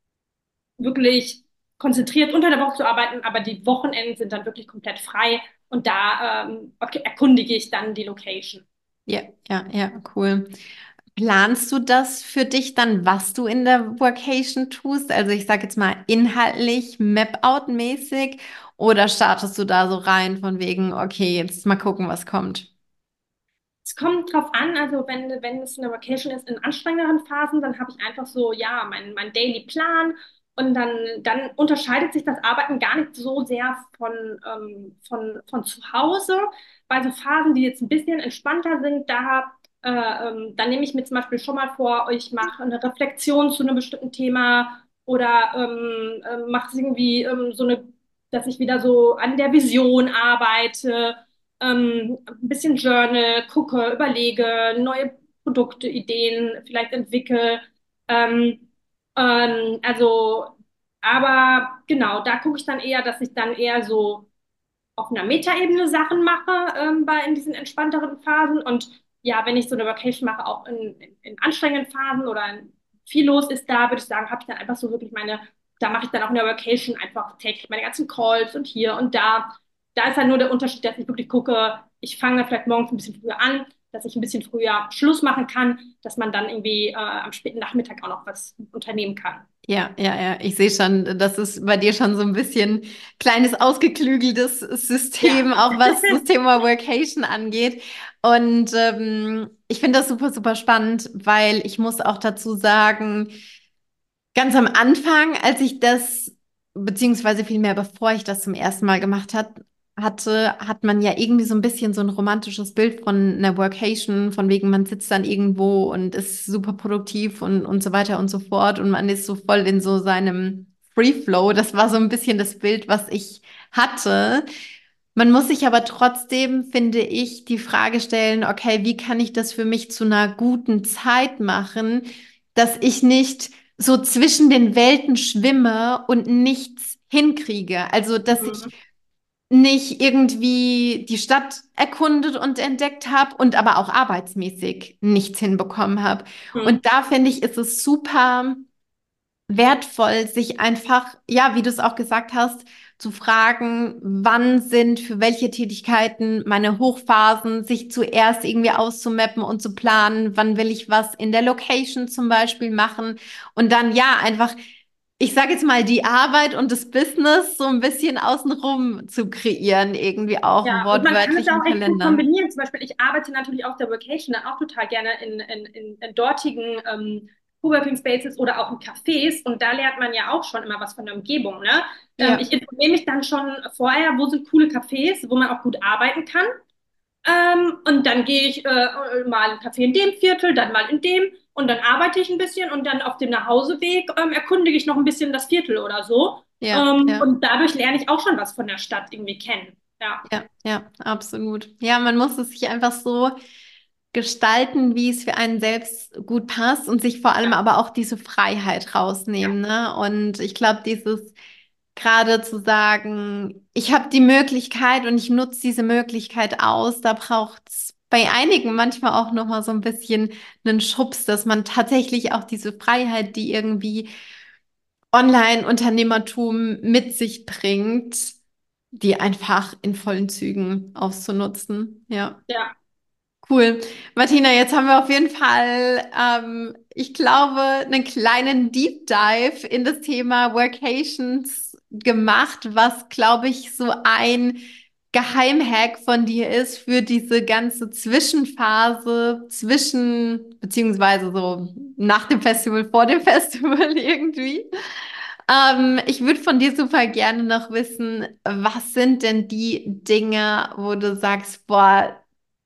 wirklich konzentriert unter der Woche zu arbeiten, aber die Wochenenden sind dann wirklich komplett frei und da ähm, okay, erkundige ich dann die Location. Ja, ja, ja, cool. Planst du das für dich dann, was du in der Workation tust? Also ich sage jetzt mal inhaltlich, Map-out-mäßig, oder startest du da so rein von wegen, okay, jetzt mal gucken, was kommt? Es kommt drauf an, also wenn, wenn es eine Vacation ist in anstrengenderen Phasen, dann habe ich einfach so, ja, mein, mein Daily Plan und dann, dann unterscheidet sich das Arbeiten gar nicht so sehr von, ähm, von, von zu Hause. Bei so Phasen, die jetzt ein bisschen entspannter sind, da, äh, ähm, dann nehme ich mir zum Beispiel schon mal vor, ich mache eine Reflexion zu einem bestimmten Thema oder ähm, ähm, mache es irgendwie ähm, so eine, dass ich wieder so an der Vision arbeite, ähm, ein bisschen Journal, gucke, überlege, neue Produkte, Ideen vielleicht entwickle. Ähm, ähm, also, aber genau, da gucke ich dann eher, dass ich dann eher so auf einer Metaebene Sachen mache, ähm, bei in diesen entspannteren Phasen. Und ja, wenn ich so eine Vacation mache, auch in, in, in anstrengenden Phasen oder in, viel los ist da, würde ich sagen, habe ich dann einfach so wirklich meine, da mache ich dann auch in der Vacation einfach täglich meine ganzen Calls und hier und da. Da ist halt nur der Unterschied, dass ich wirklich gucke, ich fange vielleicht morgens ein bisschen früher an, dass ich ein bisschen früher Schluss machen kann, dass man dann irgendwie äh, am späten Nachmittag auch noch was unternehmen kann. Ja, ja, ja. Ich sehe schon, das ist bei dir schon so ein bisschen kleines ausgeklügeltes Ja. System, auch was das Thema Workation angeht. Und ähm, ich finde das super, super spannend, weil ich muss auch dazu sagen, ganz am Anfang, als ich das, beziehungsweise vielmehr bevor ich das zum ersten Mal gemacht hat, hatte, hat man ja irgendwie so ein bisschen so ein romantisches Bild von einer Workation, von wegen, man sitzt dann irgendwo und ist super produktiv und, und so weiter und so fort und man ist so voll in so seinem Free Flow. Das war so ein bisschen das Bild, was ich hatte. Man muss sich aber trotzdem, finde ich, die Frage stellen, okay, wie kann ich das für mich zu einer guten Zeit machen, dass ich nicht so zwischen den Welten schwimme und nichts hinkriege. Also, dass ich Mhm. nicht irgendwie die Stadt erkundet und entdeckt habe und aber auch arbeitsmäßig nichts hinbekommen habe. Mhm. Und da finde ich, ist es super wertvoll, sich einfach, ja, wie du es auch gesagt hast, zu fragen, wann sind für welche Tätigkeiten meine Hochphasen, sich zuerst irgendwie auszumappen und zu planen, wann will ich was in der Location zum Beispiel machen und dann ja einfach, ich sage jetzt mal, die Arbeit und das Business so ein bisschen außenrum zu kreieren, irgendwie auch Ja, und man kann es wortwörtlich ja im auch echt gut Kalender. kombinieren. Zum Beispiel, ich arbeite natürlich auf der Vacation dann auch total gerne in, in, in, in dortigen ähm, Coworking Spaces oder auch in Cafés. Und da lernt man ja auch schon immer was von der Umgebung, ne? Ähm, Ja. ich informiere mich dann schon vorher, wo sind coole Cafés, wo man auch gut arbeiten kann. Ähm, und dann gehe ich äh, mal in einen Café in dem Viertel, dann mal in dem. Und dann arbeite ich ein bisschen und dann auf dem Nachhauseweg ähm, erkundige ich noch ein bisschen das Viertel oder so. Ja, Ähm, ja. und dadurch lerne ich auch schon was von der Stadt irgendwie kennen. Ja. Ja, ja, absolut. Ja, man muss es sich einfach so gestalten, wie es für einen selbst gut passt und sich vor allem Ja. aber auch diese Freiheit rausnehmen, ne? Und ich glaube, dieses gerade zu sagen, ich habe die Möglichkeit und ich nutze diese Möglichkeit aus, da braucht es bei einigen manchmal auch noch mal so ein bisschen einen Schubs, dass man tatsächlich auch diese Freiheit, die irgendwie Online-Unternehmertum mit sich bringt, die einfach in vollen Zügen auszunutzen. Ja, Ja, cool. Martina, jetzt haben wir auf jeden Fall, ähm, ich glaube, einen kleinen Deep Dive in das Thema Workations gemacht, was, glaube ich, so ein Geheimhack von dir ist für diese ganze Zwischenphase zwischen, beziehungsweise so nach dem Festival, vor dem Festival irgendwie. Ähm, ich würde von dir super gerne noch wissen, was sind denn die Dinge, wo du sagst, boah,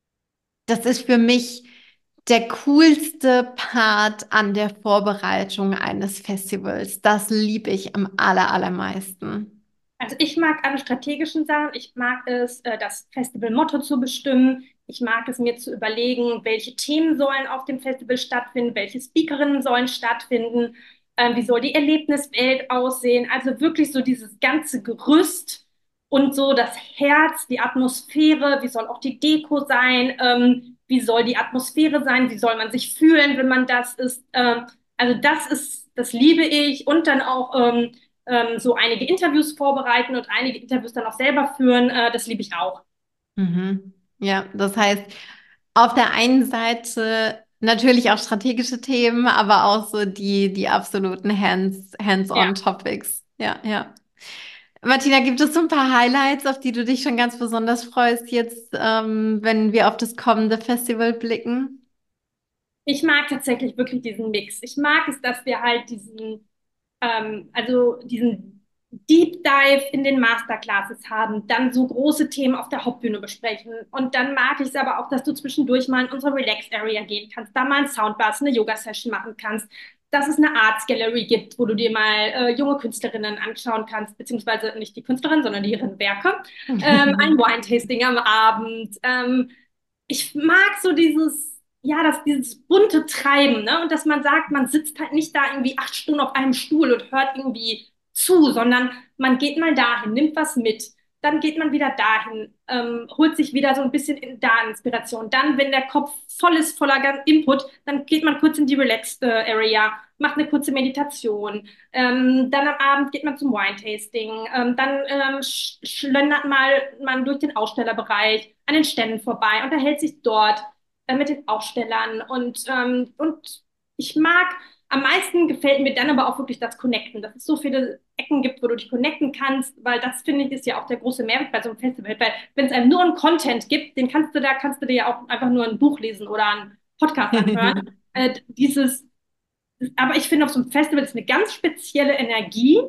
das ist für mich der coolste Part an der Vorbereitung eines Festivals. Das liebe ich am aller, allermeisten. also ich mag alle strategischen Sachen. Ich mag es, äh, das Festival-Motto zu bestimmen. Ich mag es mir zu überlegen, welche Themen sollen auf dem Festival stattfinden, welche Speakerinnen sollen stattfinden, ähm, wie soll die Erlebniswelt aussehen. Also wirklich so dieses ganze Gerüst und so das Herz, die Atmosphäre, wie soll auch die Deko sein, ähm, wie soll die Atmosphäre sein, wie soll man sich fühlen, wenn man das ist. Ähm, also das ist, das liebe ich und dann auch ähm, ähm, so einige Interviews vorbereiten und einige Interviews dann auch selber führen. Äh, das liebe ich auch. Mhm. Ja, das heißt, auf der einen Seite natürlich auch strategische Themen, aber auch so die, die absoluten Hands, Ja. Hands-on Topics. Ja, ja. Martina, gibt es so ein paar Highlights, auf die du dich schon ganz besonders freust, jetzt, ähm, wenn wir auf das kommende Festival blicken? Ich mag tatsächlich wirklich diesen Mix. Ich mag es, dass wir halt diesen, ähm, also diesen Deep Dive in den Masterclasses haben, dann so große Themen auf der Hauptbühne besprechen. Und dann mag ich es aber auch, dass du zwischendurch mal in unsere Relax Area gehen kannst, da mal ein Soundbath, eine Yoga-Session machen kannst, dass es eine Arts Gallery gibt, wo du dir mal äh, junge Künstlerinnen anschauen kannst, beziehungsweise nicht die Künstlerinnen, sondern deren Werke. Ähm, ein Wine-Tasting am Abend. Ähm, ich mag so dieses, ja, das, dieses bunte Treiben, ne? Und dass man sagt, man sitzt halt nicht da irgendwie acht Stunden auf einem Stuhl und hört irgendwie zu, sondern man geht mal dahin, nimmt was mit. Dann geht man wieder dahin, ähm, holt sich wieder so ein bisschen in, da Inspiration. Dann, wenn der Kopf voll ist, voller Input, dann geht man kurz in die Relaxed äh, Area, macht eine kurze Meditation. Ähm, dann am Abend geht man zum Wine-Tasting. Ähm, dann ähm, sch schlendert mal man durch den Ausstellerbereich an den Ständen vorbei, unterhält sich dort. äh, mit den Ausstellern und, ähm, und ich mag, am meisten gefällt mir dann aber auch wirklich das Connecten, dass es so viele Ecken gibt, wo du dich connecten kannst, weil das finde ich ist ja auch der große Mehrwert bei so einem Festival, weil wenn es einem nur einen Content gibt, den kannst du da, kannst du dir ja auch einfach nur ein Buch lesen oder einen Podcast anhören. Äh, dieses, aber ich finde auf so einem Festival ist eine ganz spezielle Energie,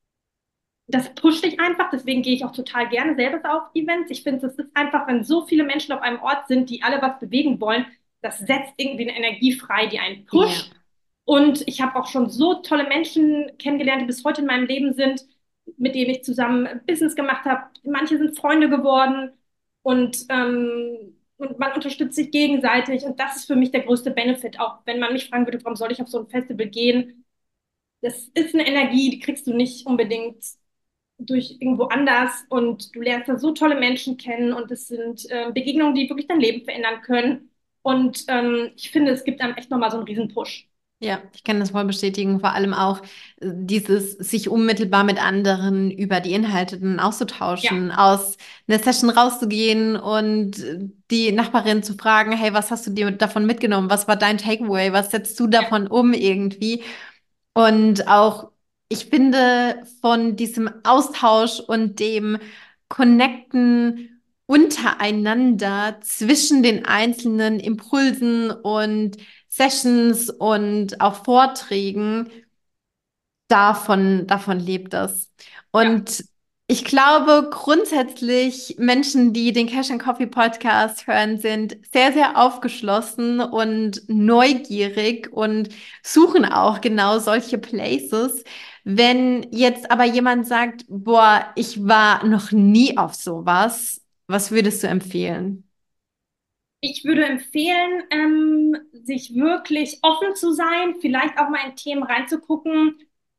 das pusht dich einfach, deswegen gehe ich auch total gerne selber auf Events. Ich finde, es ist einfach, wenn so viele Menschen auf einem Ort sind, die alle was bewegen wollen, das setzt irgendwie eine Energie frei, die einen Ja. pusht. Und ich habe auch schon so tolle Menschen kennengelernt, die bis heute in meinem Leben sind, mit denen ich zusammen Business gemacht habe. Manche sind Freunde geworden und, ähm, und man unterstützt sich gegenseitig. Und das ist für mich der größte Benefit. Auch wenn man mich fragen würde, warum soll ich auf so ein Festival gehen? Das ist eine Energie, die kriegst du nicht unbedingt durch irgendwo anders und du lernst da so tolle Menschen kennen und es sind äh, Begegnungen, die wirklich dein Leben verändern können. Und ähm, ich finde, es gibt einem echt nochmal so einen Riesen-Push. Ja, ich kann das voll bestätigen. Vor allem auch äh, dieses sich unmittelbar mit anderen über die Inhalte dann Ja, auszutauschen, aus einer Session rauszugehen und äh, die Nachbarin zu fragen, hey, was hast du dir davon mitgenommen? Was war dein Takeaway? Was setzt du ja, davon um irgendwie? Und auch, ich finde, von diesem Austausch und dem Connecten untereinander zwischen den einzelnen Impulsen und Sessions und auch Vorträgen, davon, davon lebt das. ja. Und ich glaube, grundsätzlich Menschen, die den Cash and Coffee Podcast hören, sind sehr, sehr aufgeschlossen und neugierig und suchen auch genau solche Places. Wenn jetzt aber jemand sagt, boah, ich war noch nie auf sowas, was würdest du empfehlen? Ich würde empfehlen, ähm, sich wirklich offen zu sein, vielleicht auch mal in Themen reinzugucken,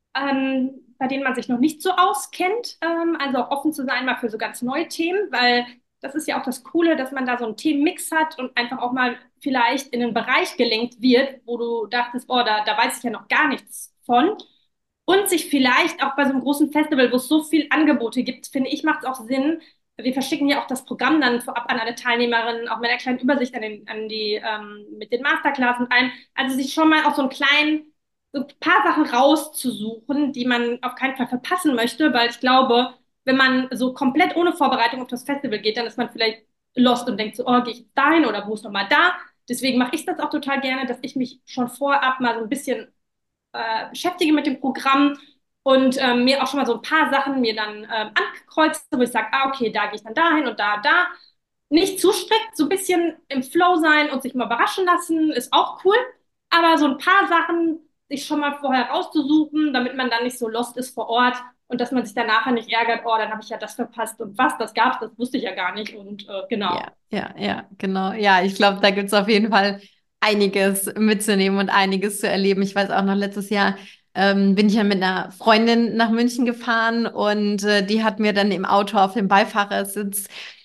ähm, bei denen man sich noch nicht so auskennt. Ähm, also auch offen zu sein mal für so ganz neue Themen, weil das ist ja auch das Coole, dass man da so einen Themenmix hat und einfach auch mal vielleicht in einen Bereich gelenkt wird, wo du dachtest, oh, da, da weiß ich ja noch gar nichts von. Und sich vielleicht auch bei so einem großen Festival, wo es so viele Angebote gibt, finde ich, macht es auch Sinn. Wir verschicken ja auch das Programm dann vorab an alle Teilnehmerinnen, auch mit einer kleinen Übersicht an, den, an die, ähm, mit den Masterclass und allem. Also sich schon mal auch so einen kleinen, so ein paar Sachen rauszusuchen, die man auf keinen Fall verpassen möchte, weil ich glaube, wenn man so komplett ohne Vorbereitung auf das Festival geht, dann ist man vielleicht lost und denkt so, oh, gehe ich jetzt dahin oder wo ist nochmal da? Deswegen mache ich das auch total gerne, dass ich mich schon vorab mal so ein bisschen äh, beschäftige mit dem Programm und ähm, mir auch schon mal so ein paar Sachen mir dann ähm, ankreuze, wo ich sage, ah, okay, da gehe ich dann dahin und da, da. Nicht zu strikt, so ein bisschen im Flow sein und sich mal überraschen lassen, ist auch cool. Aber so ein paar Sachen sich schon mal vorher rauszusuchen, damit man dann nicht so lost ist vor Ort und dass man sich dann nachher nicht ärgert, oh, dann habe ich ja das verpasst und was, das gab's, das wusste ich ja gar nicht. Und äh, genau. Ja, ja, ja, genau. Ja, ich glaube, da gibt es auf jeden Fall einiges mitzunehmen und einiges zu erleben. Ich weiß auch noch, letztes Jahr ähm, bin ich ja mit einer Freundin nach München gefahren und äh, die hat mir dann im Auto auf dem Beifahrersitz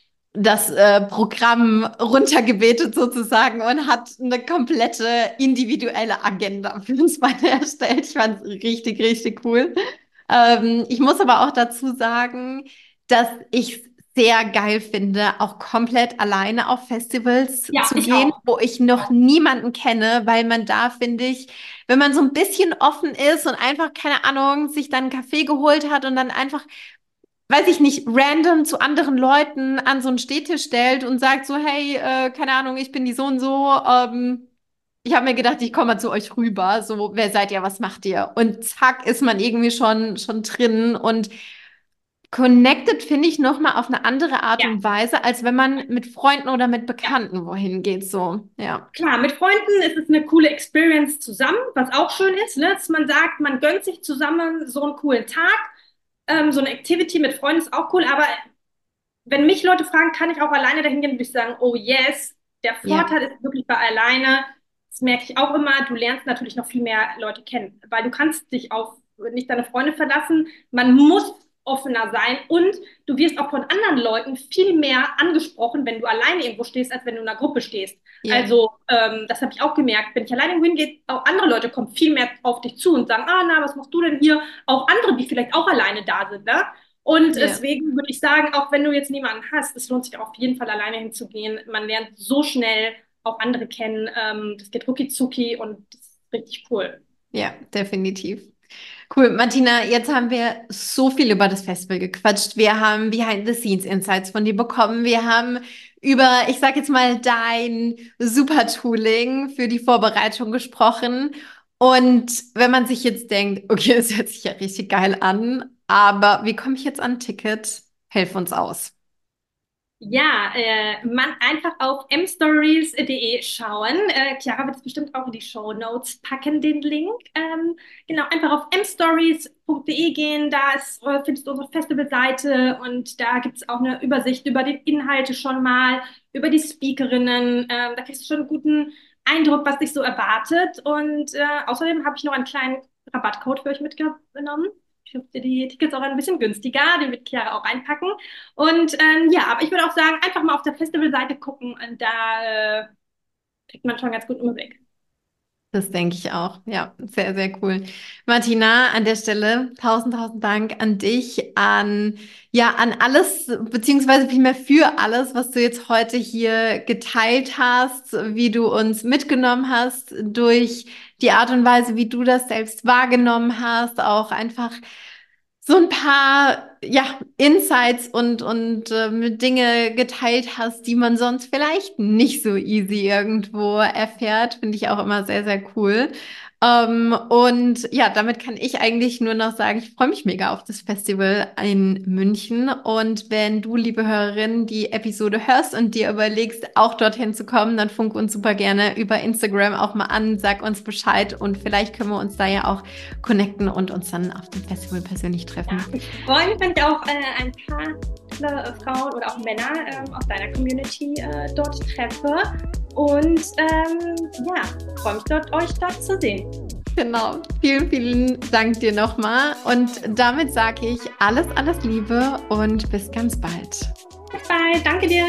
das äh, Programm runtergebetet sozusagen und hat eine komplette individuelle Agenda für uns beide erstellt. Ich fand es richtig, richtig cool. Ähm, ich muss aber auch dazu sagen, dass ich es sehr geil finde, auch komplett alleine auf Festivals Ja, zu ich gehen, auch. wo ich noch niemanden kenne, weil man da, finde ich, wenn man so ein bisschen offen ist und einfach, keine Ahnung, sich dann einen Kaffee geholt hat und dann einfach, weiß ich nicht, random zu anderen Leuten an so einen Stehtisch stellt und sagt so, hey, äh, keine Ahnung, ich bin die so und so, ähm, ich habe mir gedacht, ich komme mal zu euch rüber. So, wer seid ihr, was macht ihr? Und zack, ist man irgendwie schon, schon drin und connected, finde ich, nochmal auf eine andere Art Ja. und Weise, als wenn man mit Freunden oder mit Bekannten wohin geht. So, ja. Klar, mit Freunden ist es eine coole Experience zusammen, was auch schön ist, ne? Dass man sagt, man gönnt sich zusammen so einen coolen Tag. Ähm, so eine Activity mit Freunden ist auch cool, aber wenn mich Leute fragen, kann ich auch alleine dahin gehen, würde ich sagen, oh yes. Der Ja, Vorteil ist wirklich bei alleine, das merke ich auch immer, du lernst natürlich noch viel mehr Leute kennen, weil du kannst dich auf nicht deine Freunde verlassen. Man muss offener sein und du wirst auch von anderen Leuten viel mehr angesprochen, wenn du alleine irgendwo stehst, als wenn du in einer Gruppe stehst. ja, Also, ähm, das habe ich auch gemerkt. Wenn ich alleine irgendwo hingehe, auch andere Leute kommen viel mehr auf dich zu und sagen, ah, na, was machst du denn hier? Auch andere, die vielleicht auch alleine da sind, ne? Und ja. deswegen würde ich sagen, auch wenn du jetzt niemanden hast, es lohnt sich auf jeden Fall alleine hinzugehen. Man lernt so schnell auch andere kennen. Ähm, das geht rucki zucki und das ist richtig cool. Ja, definitiv. Cool, Martina, jetzt haben wir so viel über das Festival gequatscht. Wir haben Behind-the-Scenes-Insights von dir bekommen. Wir haben über, ich sag jetzt mal, dein Super-Tooling für die Vorbereitung gesprochen. Und wenn man sich jetzt denkt, okay, das hört sich ja richtig geil an, aber wie komme ich jetzt an ein Ticket? Helf uns aus. Ja, äh, man einfach auf m stories punkt de schauen. Äh, Chiara wird es bestimmt auch in die Show Notes packen, den Link. Ähm, genau, einfach auf m stories punkt de gehen, da ist, äh, findest du unsere Festivalseite und da gibt es auch eine Übersicht über die Inhalte schon mal, über die Speakerinnen. Ähm, da kriegst du schon einen guten Eindruck, was dich so erwartet. Und äh, außerdem habe ich noch einen kleinen Rabattcode für euch mitgenommen. Ich habe dir die Tickets auch ein bisschen günstiger, den wird Chiara auch einpacken. Und ähm, ja, aber ich würde auch sagen, einfach mal auf der Festivalseite gucken und da äh, kriegt man schon ganz gut einen Überblick. Das denke ich auch. Ja, sehr, sehr cool. Martina, an der Stelle tausend, tausend Dank an dich, an, ja, an alles, beziehungsweise vielmehr für alles, was du jetzt heute hier geteilt hast, wie du uns mitgenommen hast durch die Art und Weise, wie du das selbst wahrgenommen hast, auch einfach so ein paar, ja, Insights und, und ähm, Dinge geteilt hast, die man sonst vielleicht nicht so easy irgendwo erfährt, finde ich auch immer sehr, sehr cool. Ähm, und ja, damit kann ich eigentlich nur noch sagen, ich freue mich mega auf das Festival in München. Und wenn du, liebe Hörerin, die Episode hörst und dir überlegst, auch dorthin zu kommen, dann funk uns super gerne über Instagram auch mal an, sag uns Bescheid und vielleicht können wir uns da ja auch connecten und uns dann auf dem Festival persönlich treffen. Ja, ich freue mich, wenn ich auch äh, ein paar tolle Frauen oder auch Männer ähm, aus deiner Community äh, dort treffe. Und ähm, ja, freue mich dort, euch dort zu sehen. Genau. Vielen, vielen Dank dir nochmal. Und damit sage ich alles, alles Liebe und bis ganz bald. Bis bald. Danke dir.